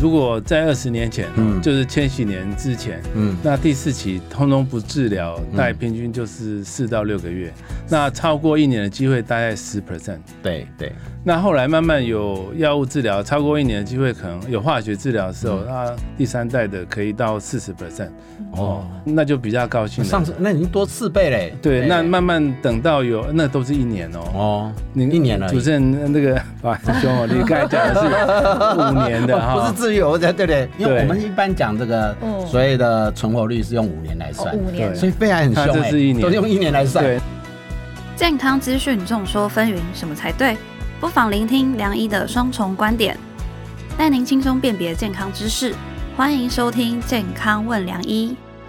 如果在20年前，就是千禧年之前，那第4期通通不治疗，大概平均就是4到6个月，那超过1年的机会大概10%。 对。 那后来慢慢有药物治疗，超过1年的机会可能有化学治疗的时候，那第3代的可以到40%。那就比较高兴了。 上次那已经多4倍嘞。 对，那慢慢等到有，那都是1年你1年了。 主持人那个很凶你刚才讲的是5年的不是自由的，对不对？因为我们一般讲这个所谓的存活率是用5年来算 ，5年， 所以肺癌很凶， 这是1年， 都用1年来算。 对， 健康资讯众说纷纭，什么才对？不妨聆听梁医的双重观点，带您轻松辨别健康知识。欢迎收听《健康问梁医》。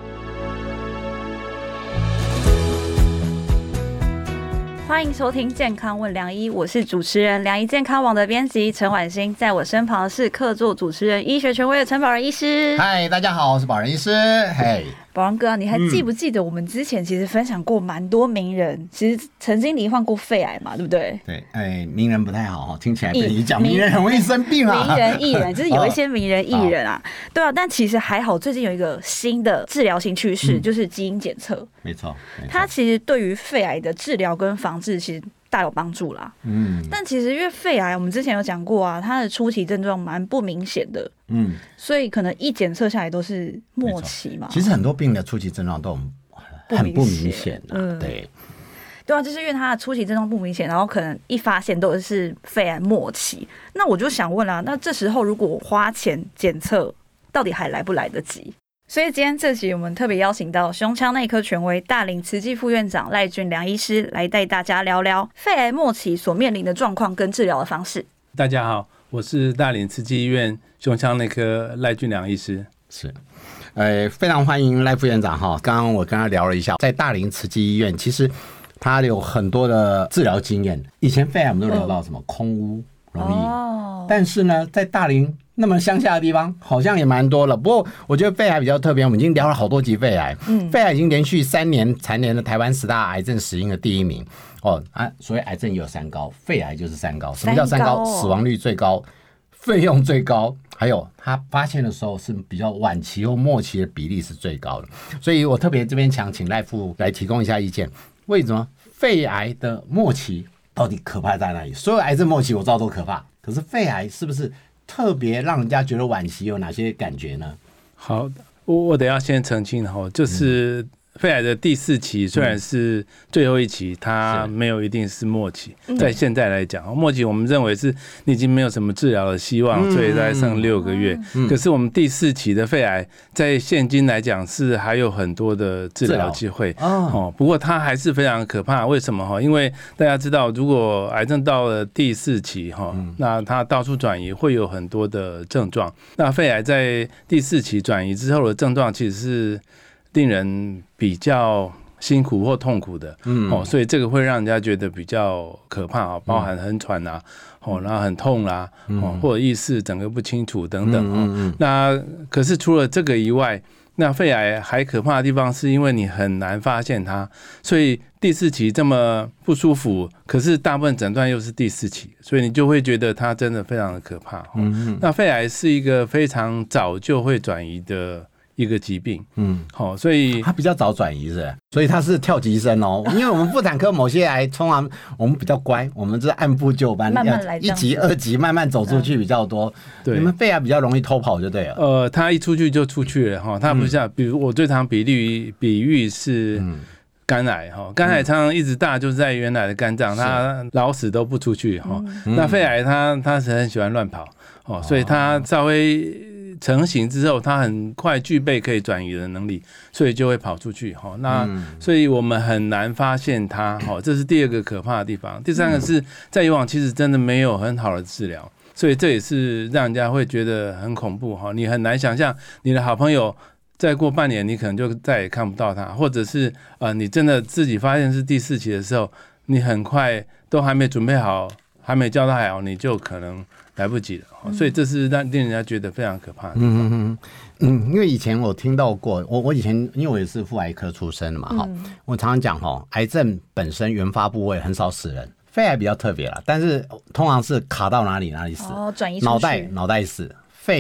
欢迎收听《健康问梁医》，我是主持人梁医健康网的编辑陈婉欣，在我身旁的是客座主持人、医学权威的陈保仁医师。 嗨，大家好，我是保仁医师。嘿。 保仁哥，你还记不记得我们之前其实分享过蛮多名人，其实曾经罹患过肺癌嘛，对不对？ 对，名人不太好，听起来被你讲名人很容易生病啊。 名人艺人就是有一些名人艺人啊，对啊，但其实还好，最近有一个新的治疗新趋势，就是基因检测。 没错， 它其实对于肺癌的治疗跟防治其实大有帮助啦。但其实因为肺癌，我们之前有讲过啊，它的初期症状蛮不明显的。所以可能一检测下来都是末期嘛。 其实很多病的初期症状都很不明显对啊，就是因为它的初期症状不明显，然后可能一发现都是肺癌末期。那我就想问啦，那这时候如果我花钱检测，到底还来不来得及？所以今天这集我们特别邀请到胸腔内科权威大林慈济副院长赖俊良医师来带大家聊聊肺癌末期所面临的状况跟治疗的方式。 大家好，我是大林慈济医院胸腔内科赖俊良医师。 是，非常欢迎赖副院长哈。刚刚我跟他聊了一下，在大林慈济医院，其实他有很多的治疗经验。以前肺癌我们都聊到什么空污容易，但是呢，在大林那么乡下的地方，好像也蛮多了。不过我觉得肺癌比较特别，我们已经聊了好多集肺癌。肺癌已经连续3年蝉联了台湾10大癌症死因的第1名。所谓癌症也有3高，肺癌就是3高。什么叫3高？死亡率最高，费用最高，还有它发现的时候是比较晚期或末期的比例是最高的。所以我特别这边想请赖副来提供一下意见，为什么肺癌的末期到底可怕在哪里？所有癌症末期我知道都可怕，可是肺癌是不是特别让人家觉得晚期有哪些感觉呢？ 好，我得要先澄清就是肺癌的第4期虽然是最后一期，它没有一定是末期。在现在来讲，末期我们认为是你已经没有什么治疗的希望，所以大概剩6个月。可是我们第4期的肺癌，在现今来讲是还有很多的治疗机会。不过它还是非常可怕。为什么？因为大家知道，如果癌症到了第4期，那它到处转移会有很多的症状。那肺癌在第4期转移之后的症状，其实是令人比较辛苦或痛苦的，所以这个会让人家觉得比较可怕，包含很喘啊，然后很痛啦，或者意识整个不清楚等等。那可是除了这个以外，那肺癌还可怕的地方是因为你很难发现它，所以第4期这么不舒服，可是大部分诊断又是第4期，所以你就会觉得它真的非常的可怕。那肺癌是一个非常早就会转移的一个疾病，所以它比较早转移是，所以它是跳级生哦。因为我们妇产科某些癌，通常我们比较乖，我们是按部就班， 慢慢来 ，1级、2级慢慢走出去比较多。 对， 你们肺癌比较容易偷跑就对了。 它一出去就出去了它不像，比如我最常比喻是肝癌肝癌常常一直大，就是在原来的肝脏，它老死都不出去那肺癌它是很喜欢乱跑所以它稍微成型之后，它很快具备可以转移的能力，所以就会跑出去那所以我们很难发现它这是第2个可怕的地方。第3个是在以往其实真的没有很好的治疗，所以这也是让人家会觉得很恐怖你很难想象你的好朋友再过半年你可能就再也看不到他，或者是你真的自己发现是第4期的时候，你很快都还没准备好，还没交代好，你就可能来不及了。所以这是令人家觉得非常可怕的。 因为以前我听到过，我以前因为我也是妇癌科出身的嘛，我常常讲癌症本身原发部位很少死人，肺癌比较特别啦，但是通常是卡到哪里死， 转移出去， 脑袋死，肺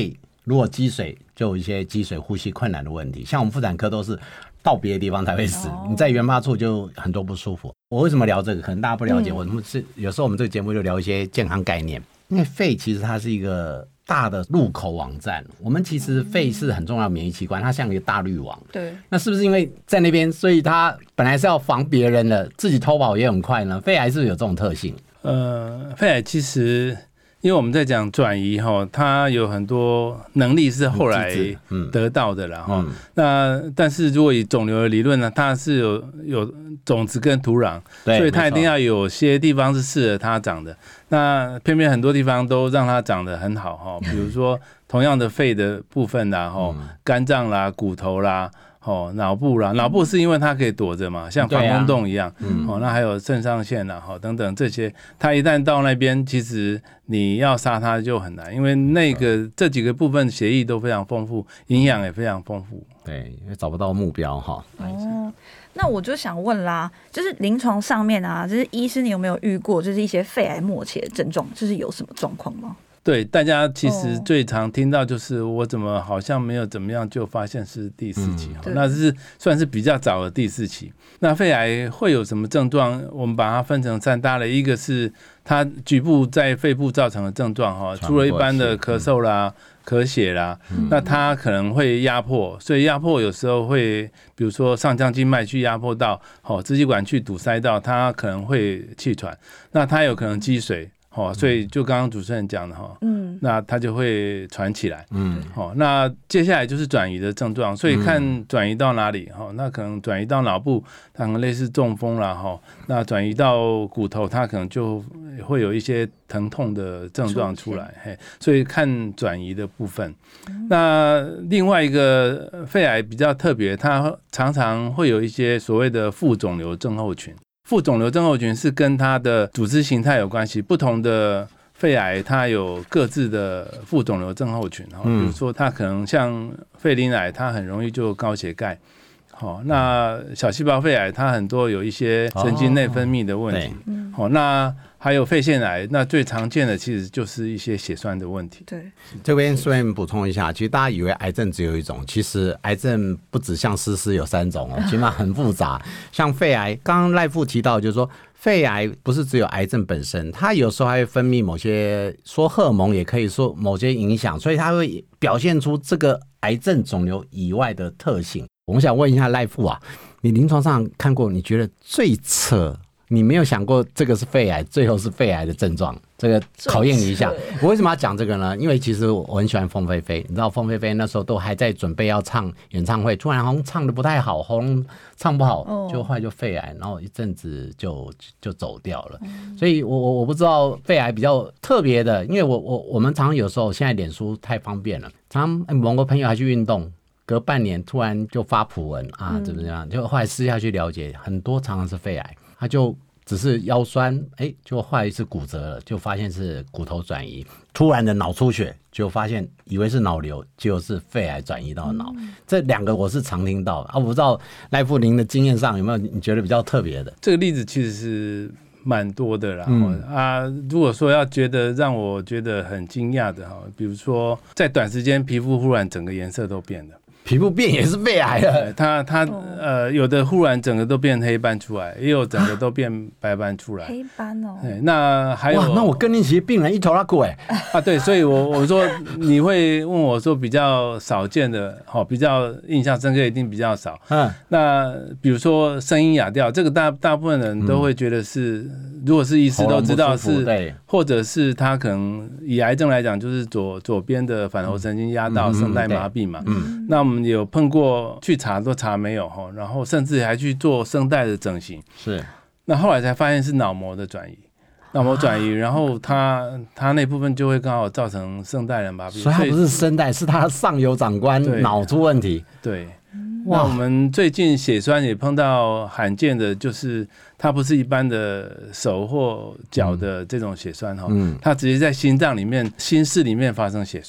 如果积水，就有一些积水呼吸困难的问题。像我们妇产科都是到别的地方才会死，你在原发处就很多不舒服。我为什么聊这个？可能大家不了解，我们是有时候我们这个节目就聊一些健康概念，因为肺其实它是一个大的入口网站。我们其实肺是很重要的免疫器官，它像一个大滤网。 对， 那是不是因为在那边，所以它本来是要防别人的，自己偷跑也很快呢？肺癌是不是有这种特性？ 肺癌其实因为我们在讲转移哈，它有很多能力是后来得到的啦哈。那但是如果以肿瘤的理论呢，它是有种子跟土壤，所以它一定要有些地方是适合它长的。那偏偏很多地方都让它长得很好哈，比如说同样的肺的部分啦，肝脏啦、骨头啦。脑部啦，脑部是因为它可以躲着嘛，像防空洞一样。那还有肾上腺啦，等等这些，它一旦到那边，其实你要杀它就很难，因为这几个部分血液都非常丰富，营养也非常丰富。 对，因为找不到目标哈。 那我就想问啦，就是临床上面啊，就是医师你有没有遇过，就是一些肺癌末期的症状，就是有什么状况吗？ 对，大家其实最常听到就是我怎么好像没有怎么样就发现是第4期，那是算是比较早的第4期。那肺癌会有什么症状？我们把它分成3大类，一个是它局部在肺部造成的症状，除了一般的咳嗽啦、咳血啦，那它可能会压迫，所以压迫有时候会，比如说上腔静脉去压迫到，支气管去堵塞到，它可能会气喘，那它有可能积水。所以就刚刚主持人讲的那它就会传起来。那接下来就是转移的症状，所以看转移到哪里，那可能转移到脑部，它可能类似中风啦，那转移到骨头，它可能就会有一些疼痛的症状出来。所以看转移的部分。那另外一个肺癌比较特别，它常常会有一些所谓的副肿瘤症候群。副肿瘤症候群是跟它的组织形态有关系，不同的肺癌它有各自的副肿瘤症候群，比如说它可能像肺鳞癌，它很容易就高血钙，那小细胞肺癌它很多有一些神经内分泌的问题，那还有肺腺癌，那最常见的其实就是一些血栓的问题。 对， 这边顺便补充一下，其实大家以为癌症只有一种，其实癌症不止像诗诗有3种起码很复杂。像肺癌，刚刚赖副提到，就是说肺癌不是只有癌症本身，它有时候还会分泌某些说荷尔蒙，也可以说某些影响，所以它会表现出这个癌症肿瘤以外的特性。我们想问一下赖副啊，你临床上看过，你觉得最扯？你没有想过这个是肺癌，最后是肺癌的症状，这个考验你一下。我为什么要讲这个呢？因为其实我很喜欢凤飞飞，你知道凤飞飞那时候都还在准备要唱演唱会，突然好像唱的不太好，喉咙唱不好，就后来就肺癌，然后一阵子就走掉了。所以我不知道肺癌比较特别的，因为我们常常有时候现在脸书太方便了，常常某个朋友还去运动，隔半年突然就发普文啊，怎么样？就后来私下去了解，很多常常是肺癌，他就只是腰酸，就后来是骨折了，就发现是骨头转移，突然的脑出血，就发现以为是脑瘤，结果是肺癌转移到脑。这2个我是常听到的我不知道赖副您的经验上有没有你觉得比较特别的？ 这个例子其实是蛮多的啦。如果说要觉得让我觉得很惊讶的比如说在短时间皮肤忽然整个颜色都变了。 皮肤变也是肺癌了， 它有的忽然整个都变黑斑出来，也有整个都变白斑出来。 黑斑那还有哇，那我更年期病人一头拉骨对，所以我说你会问我说比较少见的比较印象深刻一定比较少。那比如说声音哑掉，这个大部分人都会觉得是，如果是医师都知道是，或者是他可能以癌症来讲，就是左边的反喉神经压到声带麻痹嘛。那我们有碰过去查都查没有，然后甚至还去做声带的整形， 是， 那后来才发现是脑膜的转移，然后它那部分就会刚好造成声带的麻痹， 所以它不是声带，是它上游长官脑出问题。 对，那我们最近血栓也碰到罕见的，就是它不是一般的手或脚的这种血栓它直接在心脏里面、心室里面发生血栓。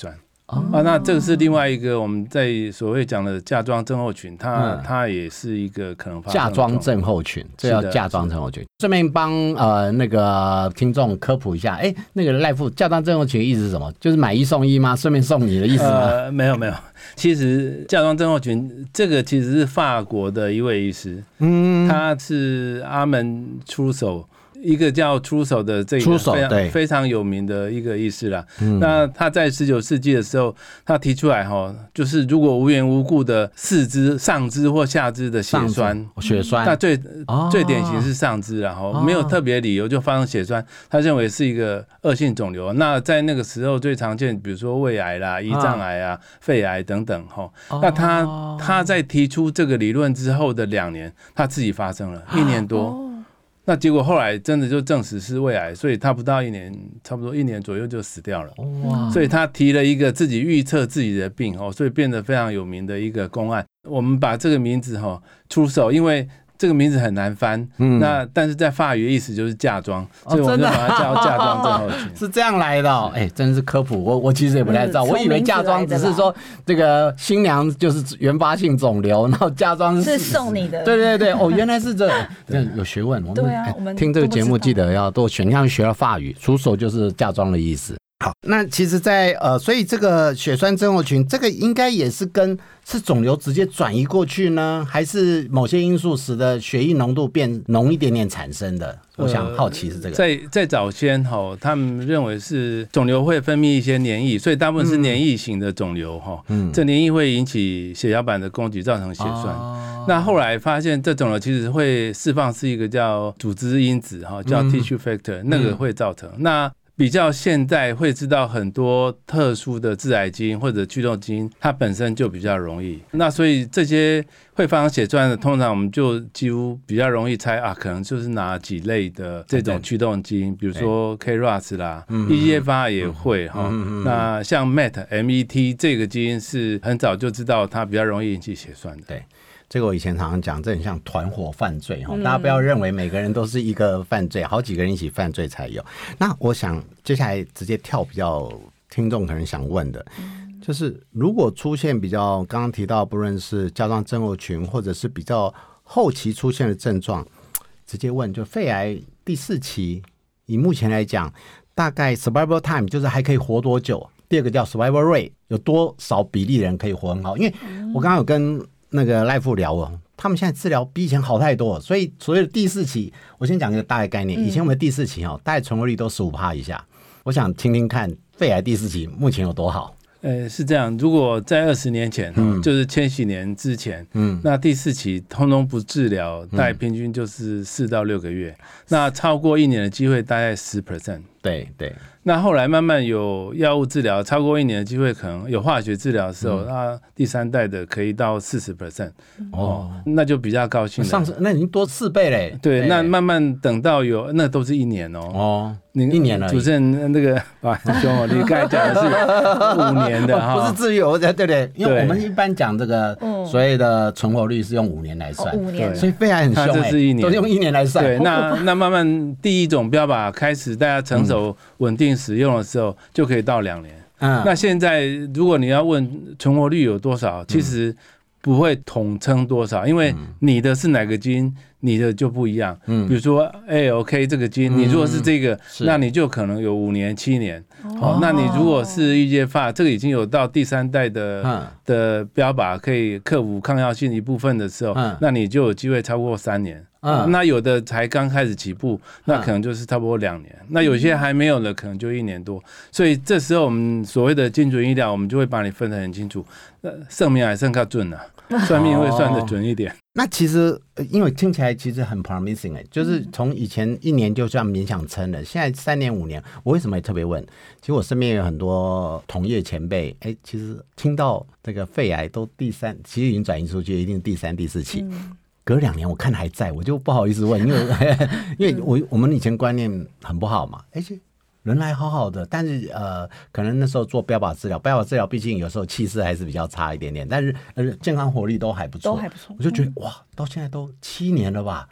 那这个是另外一个我们在所谓讲的嫁妆症候群，它也是一个可能发生的嫁妆症候群，这叫嫁妆症候群。顺便帮那个听众科普一下，那个赖副嫁妆症候群的意思是什么？就是买一送一吗？顺便送你的意思吗？ 没有，其实嫁妆症候群这个其实是法国的一位医师，他是阿门出手。一个叫出手的这个非常有名的一个医师啦。那他在19世纪的时候，他提出来就是如果无缘无故的四肢、上肢或下肢的血栓，那最典型是上肢啦，没有特别理由就发生血栓，他认为是一个恶性肿瘤。那在那个时候最常见，比如说胃癌啦、胰脏癌啊、肺癌等等。那他在提出这个理论之后的2年，他自己发生了1年多。那结果后来真的就证实是胃癌，所以他不到1年，差不多1年左右就死掉了。所以他提了一个自己预测自己的病，所以变得非常有名的一个公案。我们把这个名字出手，因为这个名字很难翻，但是在法语的意思就是嫁妆，所以我们就把它叫嫁妆症候群。 是这样来的真是科普，我其实也不太知道，我以为嫁妆只是说这个新娘就是原发性肿瘤，然后嫁妆是送你的。 对，原来是这有学问。我们听这个节目记得要多学，你看学了法语，出手就是嫁妆的意思。好，那其实所以这个血栓症候群，这个应该也是是肿瘤直接转移过去呢，还是某些因素使得血液浓度变浓一点点产生的？我想好奇是这个。 在早先他们认为是肿瘤会分泌一些黏液，所以大部分是黏液型的肿瘤这黏液会引起血小板的攻击，造成血栓。那后来发现这肿瘤其实会释放是一个叫组织因子叫 tissue factor，那个会造成。那比较现在会知道很多特殊的致癌基因或者驱动基因，它本身就比较容易。那所以这些会发生血栓的，通常我们就几乎比较容易猜可能就是哪几类的这种驱动基因，比如说 KRAS 啦，EGFR 也会那像 MET 这个基因是很早就知道它比较容易引起血栓的。 对。这个我以前常常讲，这很像团伙犯罪大家不要认为每个人都是一个犯罪，好几个人一起犯罪才有。那我想接下来直接跳比较听众可能想问的，就是如果出现比较刚刚提到不论是甲状症候群或者是比较后期出现的症状，直接问就肺癌第4期，以目前来讲大概 survival time 就是还可以活多久，第二个叫 survival rate 有多少比例的人可以活很好。因为我刚刚有跟那个赖副聊他们现在治疗比以前好太多了，所以所谓的第4期，我先讲一个大概概念。以前我们的第4期大概存活率都 15% 以下，我想听听看肺癌第4期目前有多好。 是这样，如果在20年前就是千禧年之前那第4期通通不治疗，大概平均就是4到6个月，那超过1年的机会大概 10%。 对， 那后来慢慢有药物治疗，超过1年的机会可能有化学治疗的时候，那第3代的可以到 40%。 那就比较高兴了。 上次那已经多4倍嘞。 对，那慢慢等到那都是1年 1年了。 主持人那个兄你刚才讲的是5年的不是至于对，因为我们一般讲这个所谓的存活率是用5年来算 ，5年， 所以肺癌很凶这是1年， 都用1年来算。 对，那慢慢第一种标靶开始大家成熟稳定使用的时候，就可以到2年。那现在如果你要问存活率有多少，其实不会统称多少，因为你的是哪个基因，你的就不一样。比如说 ALK 这个基因，你如果是这个，那你就可能有5年、7年。那你如果是EGFR，这个已经有到第3代的标靶可以克服抗药性一部分的时候，那你就有机会超过3年。那有的才刚开始起步，那可能就是差不多2年。那有些还没有的，可能就1年多。所以这时候我们所谓的精准医疗，我们就会把你分得很清楚。算命还算较准啊，算命会算得准一点。 那其实因为听起来其实很 promising 就是从以前1年就这样勉强撑了，现在3年5年，我为什么也特别问？其实我身边有很多同业前辈，其实听到这个肺癌都第3，其实已经转移出去，一定第3、第4期。隔2年我看还在，我就不好意思问，因为我们以前观念很不好嘛，人来好好的，但是可能那时候做标靶治疗毕竟有时候气势还是比较差一点点，但是健康活力都还不错，我就觉得哇，到现在都7年了吧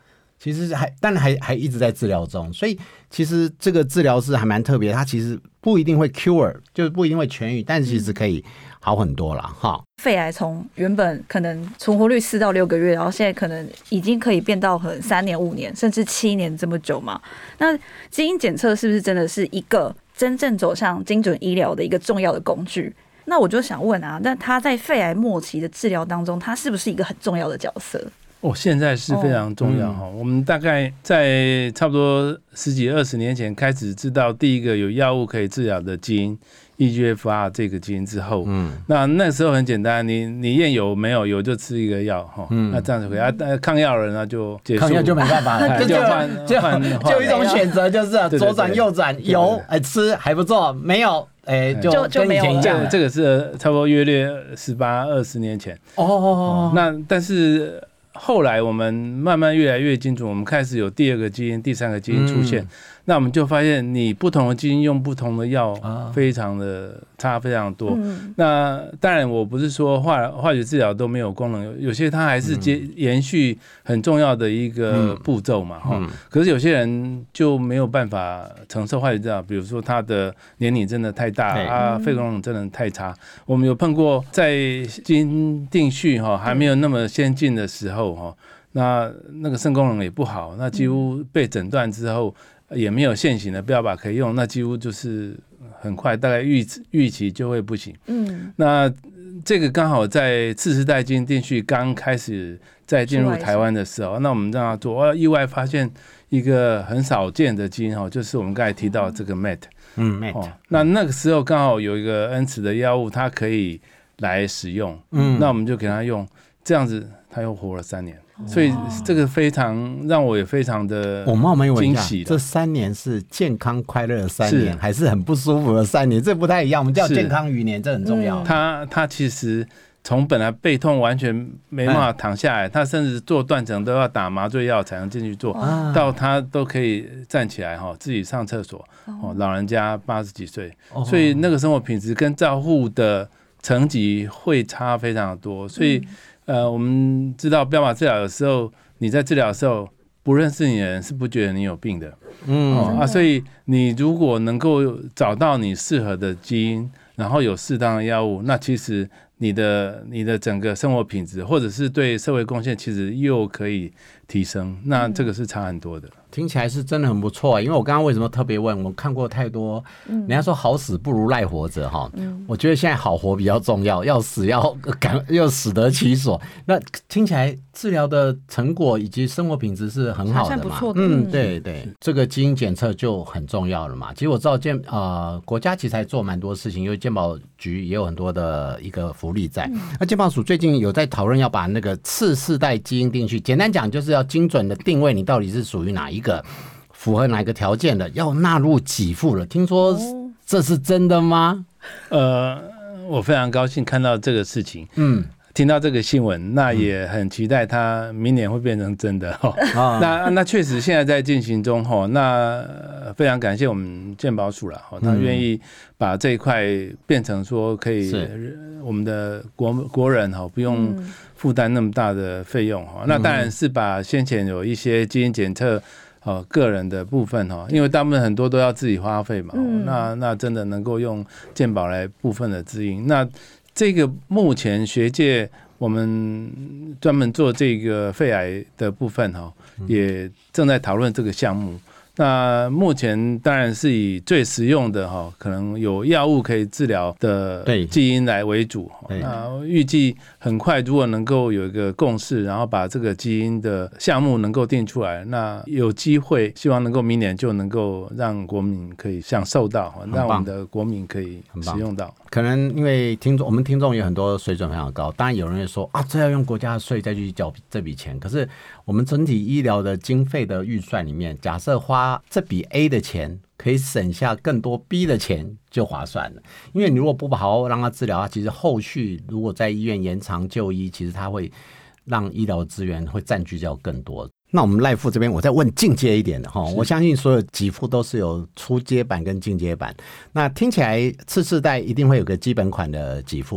其实但还一直在治疗中，所以其实这个治疗是还蛮特别，它其实不一定会 cure， 就是不一定会痊愈，但是其实可以好很多了哈。 肺癌从原本可能存活率4到6个月，然后现在可能已经可以变到很3年、5年，甚至7年这么久嘛。那基因检测是不是真的是一个真正走向精准医疗的一个重要的工具？那我就想问啊，那他在肺癌末期的治疗当中，他是不是一个很重要的角色？ 现在是非常重要哈。我们大概在差不多10几20年前开始知道第一个有药物可以治疗的基因 EGFR 这个基因之后，那时候很简单，你验有没有就吃一个药哈，那这样就可以抗药人呢就结束， 抗药就没办法了，就一种选择，就是左转右转，有吃还不错，没有。 就没有了。 这个是差不多约略18、20年前。那但是后来我们慢慢越来越精准，我们开始有第2个基因、第3个基因出现。那我们就发现，你不同的基因用不同的药，非常的差非常多。那当然，我不是说化学治疗都没有功能，有些它还是延续很重要的一个步骤嘛。可是有些人就没有办法承受化学治疗，比如说他的年龄真的太大，肺功能真的太差。我们有碰过在基因定序还没有那么先进的时候，那个肾功能也不好，那几乎被诊断之后。也没有现行的标靶可以用，那几乎就是很快，大概预期就会不行。那这个刚好在次世代基因定序刚开始在进入台湾的时候，那我们让他做，意外发现一个很少见的基因，就是我们刚才提到这个 MET。那个时候刚好有一个恩慈的药物，它可以来使用。那我们就给他用，这样子他又活了3年。所以这个非常让我也非常的惊喜。 这3年是健康快乐的3年，还是很不舒服的3年？这不太一样。我们叫健康余年，这很重要。 他其实从本来背痛完全没办法躺下来，他甚至做断层都要打麻醉药才能进去做，到他都可以站起来自己上厕所。老人家80几岁，所以那个生活品质跟照护的层级会差非常多。所以我们知道标靶治疗的时候，你在治疗的时候，不认识你的人是不觉得你有病的。所以你如果能够找到你适合的基因，然后有适当的药物，那其实你的整个生活品质，或者是对社会贡献，其实又可以提升。那这个是差很多的。 听起来是真的很不错，因为我刚刚为什么特别问，我看过太多，人家说好死不如赖活着哈，我觉得现在好活比较重要，要死要死得其所。那听起来治疗的成果以及生活品质是很好的嘛，对对，这个基因检测就很重要了嘛。其实我知道国家其实还做蛮多事情，因为健保局也有很多的一个福利在。那健保署最近有在讨论要把那个次世代基因定序，简单讲就是要精准的定位你到底是属于哪一个，符合哪一个条件的，要纳入给付了。听说这是真的吗？ 我非常高兴看到这个事情，听到这个新闻，那也很期待它明年会变成真的。那确实现在在进行中，那非常感谢我们健保署了，他愿意把这一块变成说可以我们的国人不用负担那么大的费用。那当然是把先前有一些基因检测个人的部分，因为大部分很多都要自己花费嘛，那真的能够用健保来部分的支应。那这个目前学界我们专门做这个肺癌的部分，也正在讨论这个项目。那目前当然是以最实用的可能有药物可以治疗的基因来为主。那预计很快如果能够有一个共识，然后把这个基因的项目能够定出来，那有机会希望能够明年就能够让国民可以享受到，让我们的国民可以使用到。 可能因为我们听众有很多水准非常高，当然有人会说这要用国家的税再去缴这笔钱，可是我们整体医疗的经费的预算里面，假设花这笔 A 的钱可以省下更多 B 的钱就划算了。因为你如果不好好让他治疗，其实后续如果在医院延长就医，其实他会让医疗资源会占据掉更多。那我们赖副这边我再问进阶一点的我相信所有给付都是有初阶版跟进阶版。那听起来次世代一定会有个基本款的给付，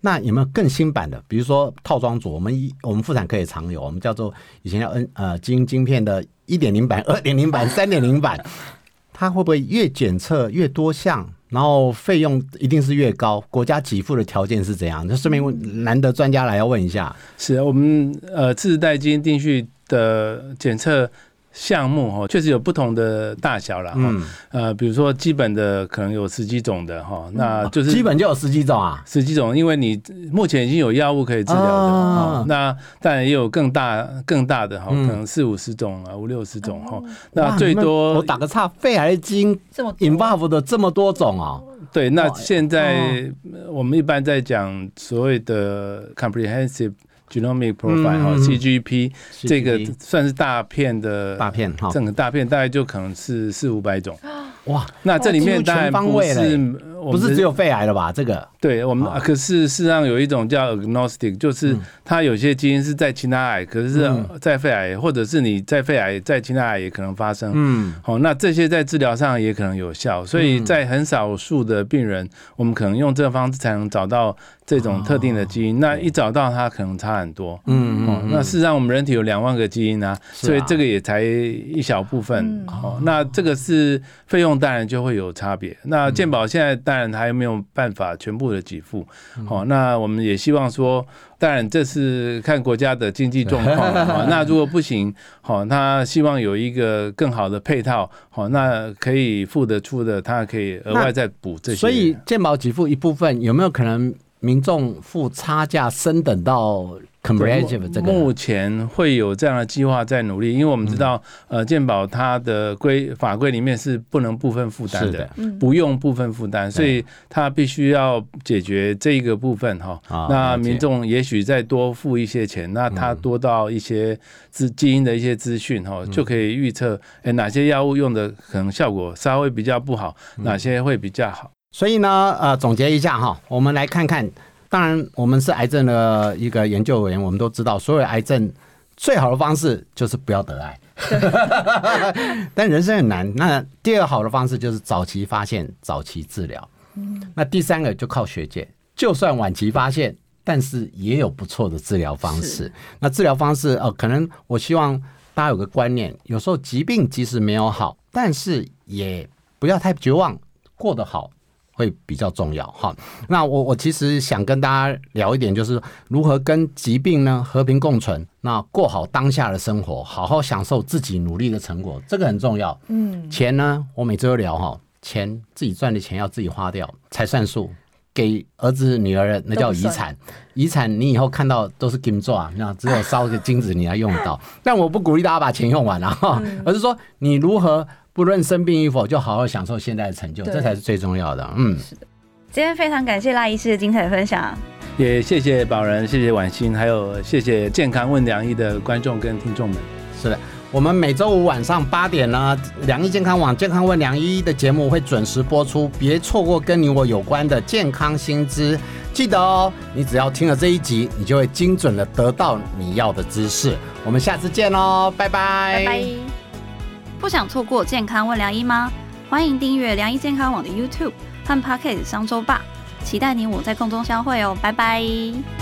那有没有更新版的？比如说套装组，我们妇产科也常有，我们叫做以前叫基因晶片的 1.0 版、2.0 版、3.0 版，它会不会越检测越多项，然后费用一定是越高？国家给付的条件是怎样？就顺便难得专家来要问一下。 是我们次世代基因定序的检测项目确实有不同的大小啦。比如说基本的可能有10几种的那就是基本就有10几种啊 ，10几种，因为你目前已经有药物可以治疗的那当然也有更大的可能40-50种啊，50-60种那最多我打个岔，肺癌基因involve的这么多种啊。 对，那现在我们一般在讲所谓的 comprehensive Genomic Profile、CGP 这个算是大片，整个大片大概就可能是400-500种。哇，那这里面当然不是只有肺癌了吧？这个对我们可是事实上有一种叫 agnostic， 就是它有些基因是在其他癌，可是在肺癌，或者是你在肺癌在其他癌也可能发生。那这些在治疗上也可能有效，所以在很少数的病人，我们可能用这个方式才能找到这种特定的基因。那一找到它可能差很多。那事实上我们人体有2万个基因啊，所以这个也才一小部分。那这个是费用当然就会有差别。那健保现在当然还没有办法全部的给付。那我们也希望说，当然这是看国家的经济状况。那如果不行，他希望有一个更好的配套，那可以付得出的，他可以额外再补这些。 所以健保给付一部分，有没有可能民众付差价升等到 comprehensive 这个？ 目前会有这样的计划在努力，因为我们知道健保它的法规里面是不能部分负担的，不用部分负担，所以它必须要解决这一个部分。那民众也许再多付一些钱，那他多到一些基因的一些资讯，就可以预测哪些药物用的可能效果稍微比较不好，哪些会比较好。 所以呢，总结一下我们来看看。当然，我们是癌症的一个研究员，我们都知道，所有癌症最好的方式就是不要得癌。但人生很难。那第二好的方式就是早期发现、早期治疗。那第三个就靠学界，就算晚期发现，但是也有不错的治疗方式。那治疗方式可能我希望大家有个观念，有时候疾病即使没有好，但是也不要太绝望，过得好会比较重要。那我其实想跟大家聊一点，就是如何跟疾病呢和平共存，那过好当下的生活，好好享受自己努力的成果，这个很重要。钱呢，我每周都聊钱自己赚的钱要自己花掉才算数。给儿子女儿的那叫遗产，遗产你以后看到都是金钻，那只有烧个金子你才用到。但我不鼓励大家把钱用完了，而是说你如何不论生病与否，就好好享受现在的成就，这才是最重要的。 是的。今天非常感谢赖医师的精彩分享， 也谢谢宝仁，谢谢婉欣，还有谢谢健康问良医的观众跟听众们。 是的。我们每周五晚上8点呢，良医健康网健康问良医的节目会准时播出，别错过跟你我有关的健康新知。记得你只要听了这一集，你就会精准的得到你要的知识。我们下次见喽，拜拜。 拜拜。不想错过健康问良医吗？欢迎订阅良医健康网的 YouTube 和 Podcast 商周吧，期待你我在空中相会哦，拜拜。